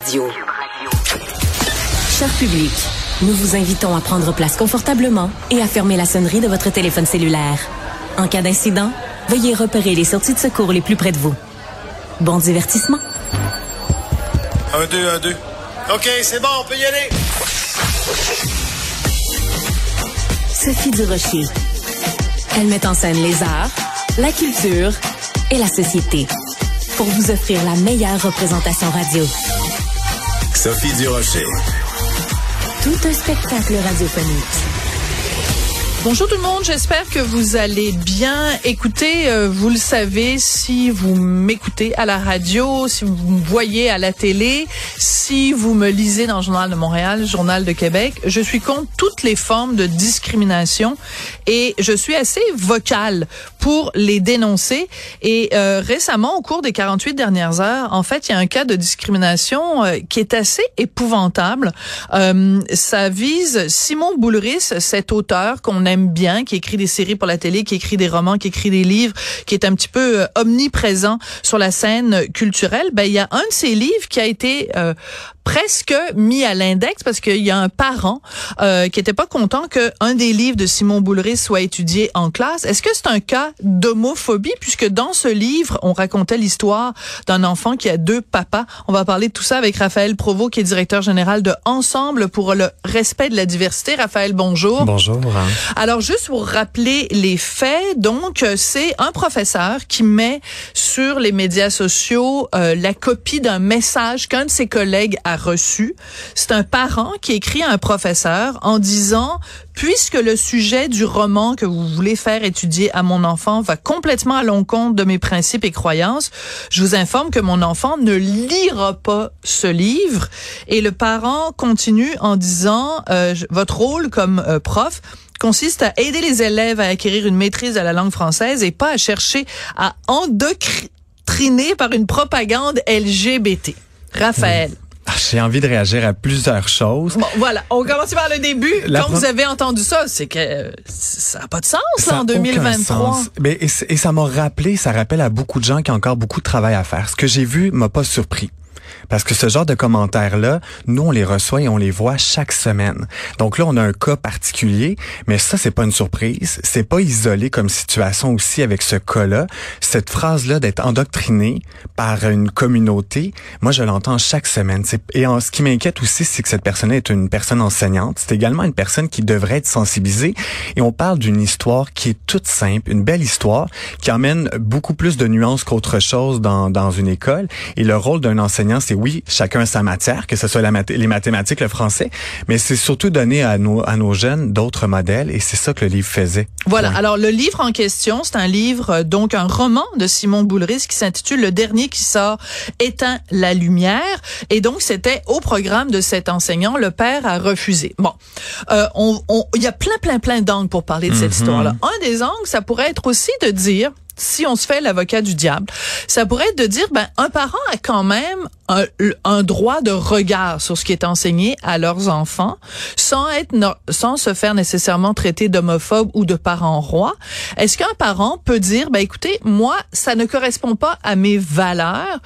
Radio. Cher public, nous vous invitons à prendre place confortablement et à fermer la sonnerie de votre téléphone cellulaire. En cas d'incident, veuillez repérer les sorties de secours les plus près de vous. Bon divertissement. 1, 2, 1, 2. OK, c'est bon, on peut y aller. Sophie Durocher. Elle met en scène les arts, la culture et la société pour vous offrir la meilleure représentation radio. Sophie Durocher. Tout un spectacle radiophonique. Bonjour tout le monde, j'espère que vous allez bien. Écoutez, vous le savez, si vous m'écoutez à la radio, si vous me voyez à la télé, si vous me lisez dans le Journal de Montréal, Journal de Québec, je suis contre toutes les formes de discrimination et je suis assez vocale pour les dénoncer. Et récemment, au cours des 48 dernières heures, en fait, il y a un cas de discrimination qui est assez épouvantable. Ça vise Simon Boulris, cet auteur qu'on aime bien, qui écrit des séries pour la télé, qui écrit des romans, qui écrit des livres, qui est un petit peu omniprésent sur la scène culturelle. Ben, il y a un de ses livres qui a été presque mis à l'index parce qu'il y a un parent qui était pas content que un des livres de Simon Boulris soit étudié en classe. Est-ce que c'est un cas d'homophobie, puisque dans ce livre, on racontait l'histoire d'un enfant qui a 2 papas? On va parler de tout ça avec Raphaël Provost, qui est directeur général de Ensemble pour le respect de la diversité. Raphaël, bonjour. Bonjour. Alors, juste pour rappeler les faits, donc, c'est un professeur qui met sur les médias sociaux la copie d'un message qu'un de ses collègues a reçu. C'est un parent qui écrit à un professeur en disant: puisque le sujet du roman que vous voulez faire étudier à mon enfant va complètement à l'encontre de mes principes et croyances, je vous informe que mon enfant ne lira pas ce livre. Et le parent continue en disant, votre rôle comme prof consiste à aider les élèves à acquérir une maîtrise de la langue française et pas à chercher à endoctriner par une propagande LGBT. Raphaël. J'ai envie de réagir à plusieurs choses. Bon, voilà. On commence par le début. Quand vous avez entendu ça, c'est que ça n'a pas de sens en 2023. Mais, et ça m'a rappelé, ça rappelle à beaucoup de gens qui ont encore beaucoup de travail à faire. Ce que j'ai vu m'a pas surpris. Parce que ce genre de commentaires-là, nous, on les reçoit et on les voit chaque semaine. Donc là, on a un cas particulier, mais ça, c'est pas une surprise. C'est pas isolé comme situation aussi avec ce cas-là. Cette phrase-là d'être endoctriné par une communauté, moi, je l'entends chaque semaine. Et ce qui m'inquiète aussi, c'est que cette personne-là est une personne enseignante. C'est également une personne qui devrait être sensibilisée. Et on parle d'une histoire qui est toute simple, une belle histoire, qui emmène beaucoup plus de nuances qu'autre chose dans une école. Et le rôle d'un enseignant, c'est oui, chacun sa matière, que ce soit les mathématiques, le français, mais c'est surtout donner à nos jeunes d'autres modèles, et c'est ça que le livre faisait. Voilà. Ouais. Alors, le livre en question, c'est un livre, donc un roman de Simon Boulris qui s'intitule Le dernier qui sort éteint la lumière, et donc c'était au programme de cet enseignant. Le père a refusé. Bon, il y a plein d'angles pour parler de cette histoire-là. Un des angles, ça pourrait être aussi de dire, si on se fait l'avocat du diable, ça pourrait être de dire, un parent a quand même un droit de regard sur ce qui est enseigné à leurs enfants, sans se faire nécessairement traiter d'homophobe ou de parent roi. Est-ce qu'un parent peut dire, écoutez, moi, ça ne correspond pas à mes valeurs,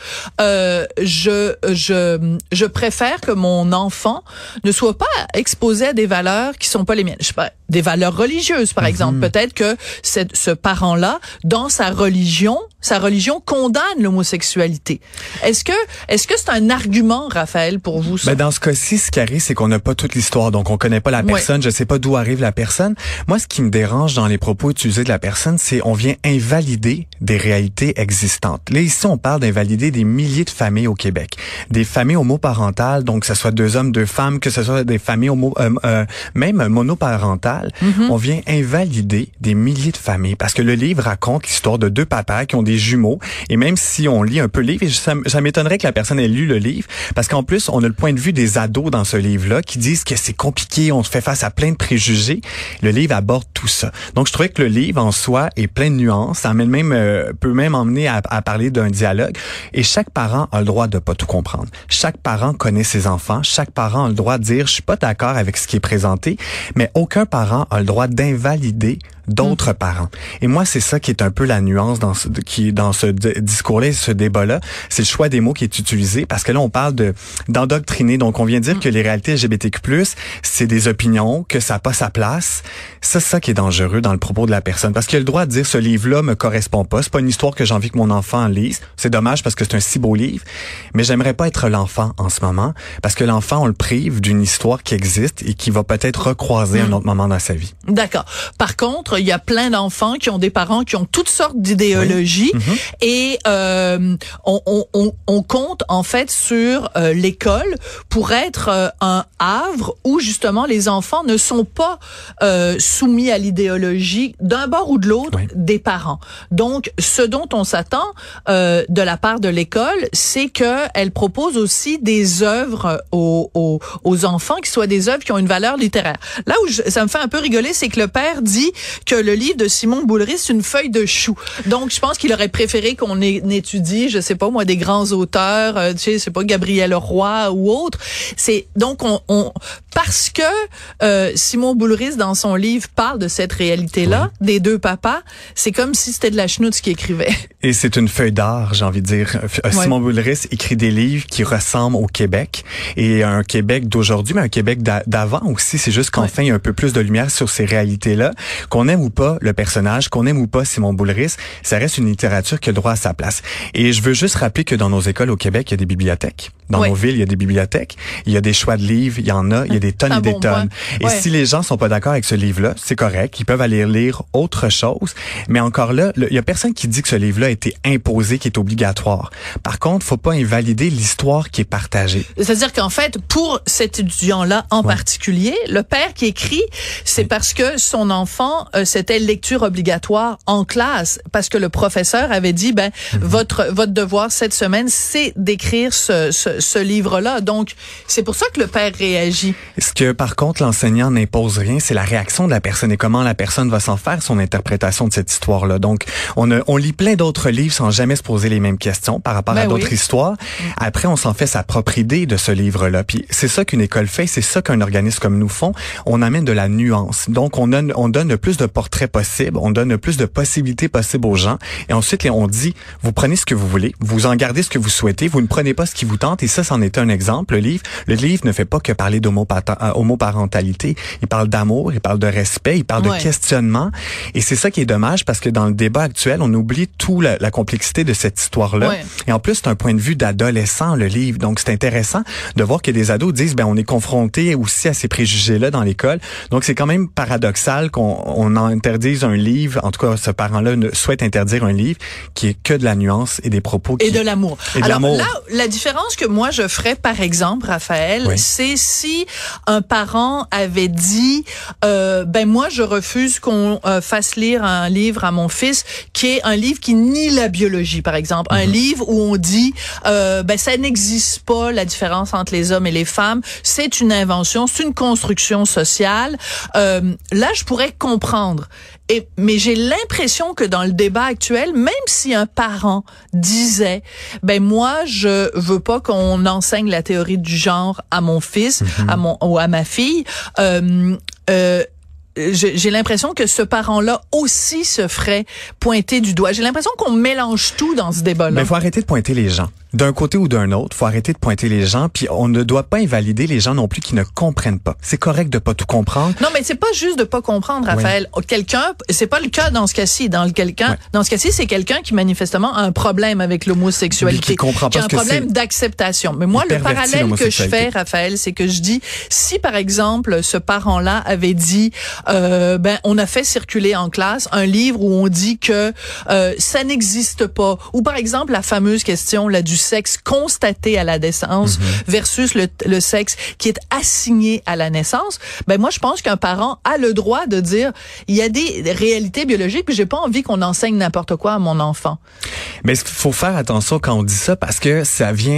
je préfère que mon enfant ne soit pas exposé à des valeurs qui sont pas les miennes. Je sais pas, des valeurs religieuses, par exemple. Peut-être que ce parent-là, dans sa religion condamne l'homosexualité. Est-ce que c'est un argument, Raphaël, pour vous, ça? Dans ce cas-ci, ce qui arrive, c'est qu'on n'a pas toute l'histoire, donc on connaît pas la personne, je sais pas d'où arrive la personne. Moi, ce qui me dérange dans les propos utilisés de la personne, c'est on vient invalider des réalités existantes. Là, ici, on parle d'invalider des milliers de familles au Québec. Des familles homoparentales, donc que ce soit 2 hommes, 2 femmes, que ce soit des familles même monoparentales. On vient invalider des milliers de familles parce que le livre raconte l'histoire de 2 papas qui ont des jumeaux, et même si on lit un peu le livre, et ça m'étonnerait que la personne ait lu le livre, parce qu'en plus, on a le point de vue des ados dans ce livre-là qui disent que c'est compliqué, on se fait face à plein de préjugés. Le livre aborde tout ça. Donc, je trouvais que le livre, en soi, est plein de nuances. Ça peut même emmener à parler d'un dialogue. Et chaque parent a le droit de pas tout comprendre. Chaque parent connaît ses enfants. Chaque parent a le droit de dire, je suis pas d'accord avec ce qui est présenté, mais aucun parent a le droit d'invalider d'autres parents. Et moi, c'est ça qui est un peu la nuance dans ce discours-là, ce débat-là. C'est le choix des mots qui est utilisé, parce que là, on parle d'endoctriner. Donc, on vient dire que les réalités LGBTQ+, c'est des opinions, que ça n'a pas sa place. C'est ça qui est dangereux dans le propos de la personne. Parce qu'il a le droit de dire, ce livre-là me correspond pas. C'est pas une histoire que j'ai envie que mon enfant lise. C'est dommage parce que c'est un si beau livre. Mais j'aimerais pas être l'enfant en ce moment. Parce que l'enfant, on le prive d'une histoire qui existe et qui va peut-être recroiser un autre moment dans sa vie. D'accord. Par contre, il y a plein d'enfants qui ont des parents qui ont toutes sortes d'idéologies et on compte en fait sur l'école pour être un havre où justement les enfants ne sont pas soumis à l'idéologie d'un bord ou de l'autre des parents. Donc, ce dont on s'attend de la part de l'école, c'est qu'elle propose aussi des œuvres aux enfants qui soient des œuvres qui ont une valeur littéraire. Là où ça me fait un peu rigoler, c'est que le père dit que le livre de Simon Boulris, c'est une feuille de chou. Donc, je pense qu'il aurait préféré qu'on étudie, je sais pas moi, des grands auteurs, tu sais, je sais pas, Gabriel Roy ou autre. C'est donc parce que Simon Boulris dans son livre parle de cette réalité-là des deux papas, c'est comme si c'était de la chenoute qui écrivait. Et c'est une feuille d'art, j'ai envie de dire. Simon Boulris écrit des livres qui ressemblent au Québec et un Québec d'aujourd'hui, mais un Québec d'avant aussi. C'est juste qu'enfin il y a un peu plus de lumière sur ces réalités-là. Qu'on aime ou pas le personnage, qu'on aime ou pas Simon Boulris, ça reste une littérature qui a le droit à sa place. Et je veux juste rappeler que dans nos écoles au Québec, il y a des bibliothèques. Dans nos villes, il y a des bibliothèques. Il y a des choix de livres, il y en a, il y a des tonnes et des tonnes. Et si les gens sont pas d'accord avec ce livre-là, c'est correct. Ils peuvent aller lire autre chose. Mais encore là, il y a personne qui dit que ce livre-là a été imposé, qui est obligatoire. Par contre, faut pas invalider l'histoire qui est partagée. C'est-à-dire qu'en fait, pour cet étudiant-là en particulier, le père qui écrit, c'est parce que son enfant, c'était lecture obligatoire en classe, parce que le professeur avait dit, votre devoir cette semaine, c'est d'écrire ce livre-là. Donc, c'est pour ça que le père réagit. Ce que, par contre, l'enseignant n'impose rien, c'est la réaction de la personne et comment la personne va s'en faire son interprétation de cette histoire-là. Donc, on lit plein d'autres livres sans jamais se poser les mêmes questions par rapport à d'autres histoires. Après, on s'en fait sa propre idée de ce livre-là. Puis, c'est ça qu'une école fait, c'est ça qu'un organisme comme nous font. On amène de la nuance. Donc, on donne le plus de portraits possibles, on donne le plus de possibilités possibles aux gens. Et ensuite, on dit, vous prenez ce que vous voulez, vous en gardez ce que vous souhaitez, vous ne prenez pas ce qui vous tente. Et ça, c'en est un exemple. Le livre ne fait pas que parler d'homoparentalité. Il parle d'amour, il parle de respect, il parle de questionnement. Et c'est ça qui est dommage parce que dans le débat actuel, on oublie tout la complexité de cette histoire-là. Et en plus, c'est un point de vue d'adolescent, le livre. Donc, c'est intéressant de voir que des ados disent, on est confronté aussi à ces préjugés-là dans l'école. Donc, c'est quand même paradoxal qu'on interdise un livre. En tout cas, ce parent-là souhaite interdire un livre qui est que de la nuance et des propos et de l'amour. Alors là, la différence que moi je ferais, par exemple, Raphaël, c'est si un parent avait dit, moi je refuse qu'on fasse lire un livre à mon fils qui est un livre qui nie la biologie, par exemple, un livre où on dit, ça n'existe pas la différence entre les hommes et les femmes, c'est une invention, c'est une construction sociale. Là, je pourrais comprendre. Mais j'ai l'impression que dans le débat actuel, même si un parent disait, moi, je veux pas qu'on enseigne la théorie du genre à mon fils, ou à ma fille, j'ai l'impression que ce parent-là aussi se ferait pointer du doigt. J'ai l'impression qu'on mélange tout dans ce débat-là. Mais faut arrêter de pointer les gens. D'un côté ou d'un autre, faut arrêter de pointer les gens, puis on ne doit pas invalider les gens non plus qui ne comprennent pas. C'est correct de pas tout comprendre. Non, mais c'est pas juste de pas comprendre, Raphaël. Quelqu'un, c'est pas le cas dans ce cas-ci. Dans ce cas-ci, c'est quelqu'un qui manifestement a un problème avec l'homosexualité, qui comprend pas qui a un problème d'acceptation. Mais moi, le parallèle que je fais, Raphaël, c'est que je dis, si par exemple ce parent-là avait dit, on a fait circuler en classe un livre où on dit que ça n'existe pas, ou par exemple la fameuse question là du sexe constaté à la naissance versus le sexe qui est assigné à la naissance, moi je pense qu'un parent a le droit de dire il y a des réalités biologiques puis j'ai pas envie qu'on enseigne n'importe quoi à mon enfant. Mais il faut faire attention quand on dit ça parce que ça vient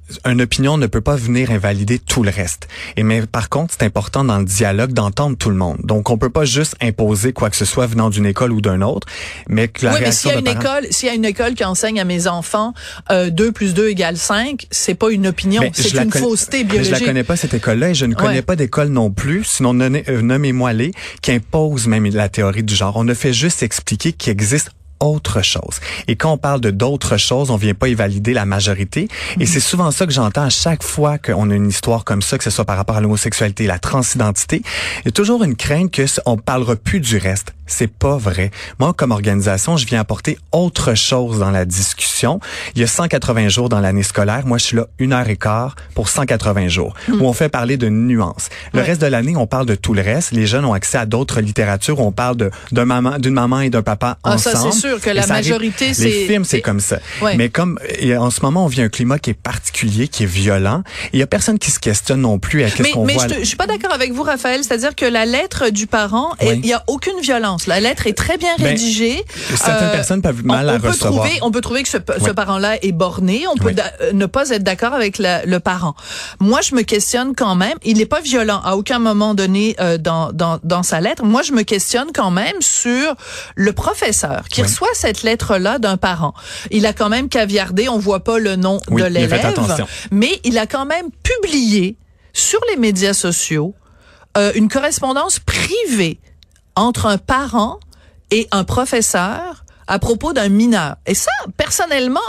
une opinion ne peut pas venir invalider tout le reste. Mais par contre, c'est important dans le dialogue d'entendre tout le monde. Donc, on peut pas juste imposer quoi que ce soit venant d'une école ou d'un autre, mais que la réaction de parents... s'il y a une école qui enseigne à mes enfants 2 + 2 = 5, c'est pas une opinion, c'est une fausseté biologique. Je la connais pas, cette école-là, et je ne connais pas d'école non plus, sinon nommez-moi les, qui impose même la théorie du genre. On ne fait juste expliquer qu'il existe autre chose. Et quand on parle de d'autres choses, on vient pas y valider la majorité. Et c'est souvent ça que j'entends à chaque fois qu'on a une histoire comme ça, que ce soit par rapport à l'homosexualité, la transidentité. Il y a toujours une crainte que on parlera plus du reste. C'est pas vrai. Moi, comme organisation, je viens apporter autre chose dans la discussion. Il y a 180 jours dans l'année scolaire. Moi, je suis là 1h15 pour 180 jours, où on fait parler de nuances. Le reste de l'année, on parle de tout le reste. Les jeunes ont accès à d'autres littératures où on parle d'une maman et d'un papa ensemble. Ça, c'est sûr que la majorité, c'est... Les films, c'est comme ça. Ouais. Mais comme en ce moment, on vit un climat qui est particulier, qui est violent, il y a personne qui se questionne non plus à qu'est-ce qu'on voit. Mais je suis pas d'accord avec vous, Raphaël. C'est-à-dire que la lettre du parent, il y a aucune violence. La lettre est très bien rédigée. Certaines personnes peuvent mal la recevoir. On peut trouver que ce parent-là est borné. On peut ne pas être d'accord avec le parent. Moi, je me questionne quand même. Il n'est pas violent à aucun moment donné dans sa lettre. Moi, je me questionne quand même sur le professeur qui reçoit cette lettre-là d'un parent. Il a quand même caviardé. On voit pas le nom de l'élève, mais il a quand même publié sur les médias sociaux une correspondance privée entre un parent et un professeur à propos d'un mineur. Et ça, personnellement,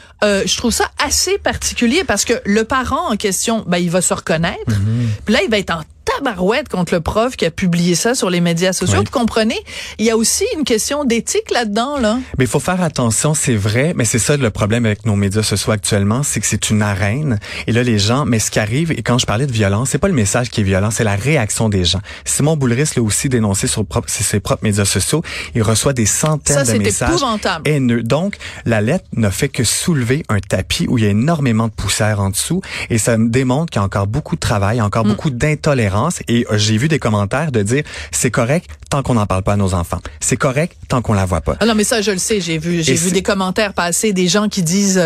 je trouve ça assez particulier parce que le parent en question, il va se reconnaître. Puis là, il va être en tabarouette contre le prof qui a publié ça sur les médias sociaux. Vous comprenez? Il y a aussi une question d'éthique là-dedans, là. Mais il faut faire attention, c'est vrai, mais c'est ça le problème avec nos médias sociaux actuellement, c'est que c'est une arène. Et là, les gens, mais ce qui arrive, et quand je parlais de violence, c'est pas le message qui est violent, c'est la réaction des gens. Simon Boulris l'a aussi dénoncé sur ses propres médias sociaux. Il reçoit des centaines de messages haineux. Donc, la lettre ne fait que soulever un tapis où il y a énormément de poussière en dessous. Et ça me démontre qu'il y a encore beaucoup de travail, encore beaucoup d'intolérance. Et j'ai vu des commentaires de dire c'est correct tant qu'on n'en parle pas à nos enfants. C'est correct tant qu'on la voit pas. Ah non, mais ça je le sais, j'ai vu des commentaires passer, des gens qui disent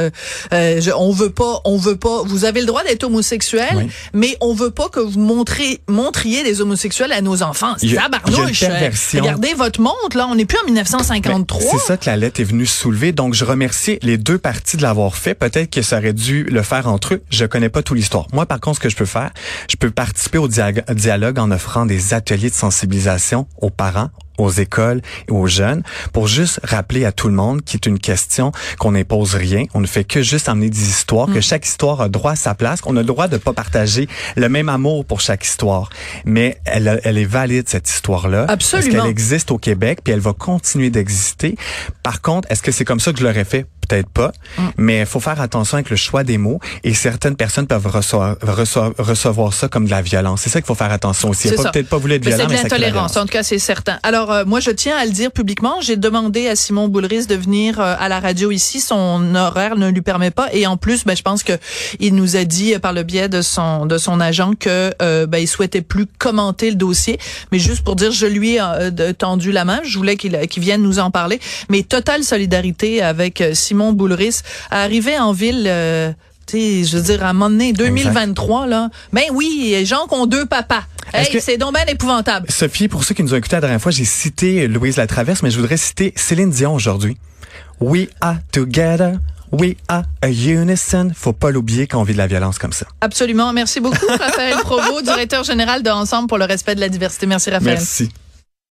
on veut pas, vous avez le droit d'être homosexuel, mais on veut pas que vous montriez des homosexuels à nos enfants. Tabarnouche. Regardez votre montre là, on n'est plus en 1953. C'est ça que la lettre est venue soulever. Donc je remercie les deux parties de l'avoir fait. Peut-être que ça aurait dû le faire entre eux. Je connais pas toute l'histoire. Moi par contre, ce que je peux faire, je peux participer au dialogue en offrant des ateliers de sensibilisation aux parents, aux écoles et aux jeunes pour juste rappeler à tout le monde qu'il est une question qu'on n'impose rien. On ne fait que juste amener des histoires, que chaque histoire a droit à sa place, qu'on a le droit de pas partager le même amour pour chaque histoire. Mais elle est valide, cette histoire-là. Absolument. Parce qu'elle existe au Québec puis elle va continuer d'exister. Par contre, est-ce que c'est comme ça que je l'aurais fait? Peut-être pas, mais il faut faire attention avec le choix des mots et certaines personnes peuvent recevoir ça comme de la violence. C'est ça qu'il faut faire attention aussi. Il faut peut-être pas vouloir être violent, mais c'est de l'intolérance. En tout cas, c'est certain. Alors, moi, je tiens à le dire publiquement. J'ai demandé à Simon Boulris de venir à la radio ici. Son horaire ne lui permet pas. Et en plus, je pense que il nous a dit par le biais de son agent que il souhaitait plus commenter le dossier. Mais juste pour dire, je lui ai tendu la main. Je voulais qu'il vienne nous en parler. Mais totale solidarité avec Simon Boulris, arrivé en ville, je veux dire, à un moment donné, 2023, là. Ben oui, les gens qui ont 2 papas. Hey, c'est donc bien épouvantable. Sophie, pour ceux qui nous ont écoutés la dernière fois, j'ai cité Louise Latraverse, mais je voudrais citer Céline Dion aujourd'hui. We are together. We are a unison. Faut pas l'oublier quand on vit de la violence comme ça. Absolument. Merci beaucoup, Raphaël Provost, directeur général de Ensemble pour le respect de la diversité. Merci, Raphaël. Merci.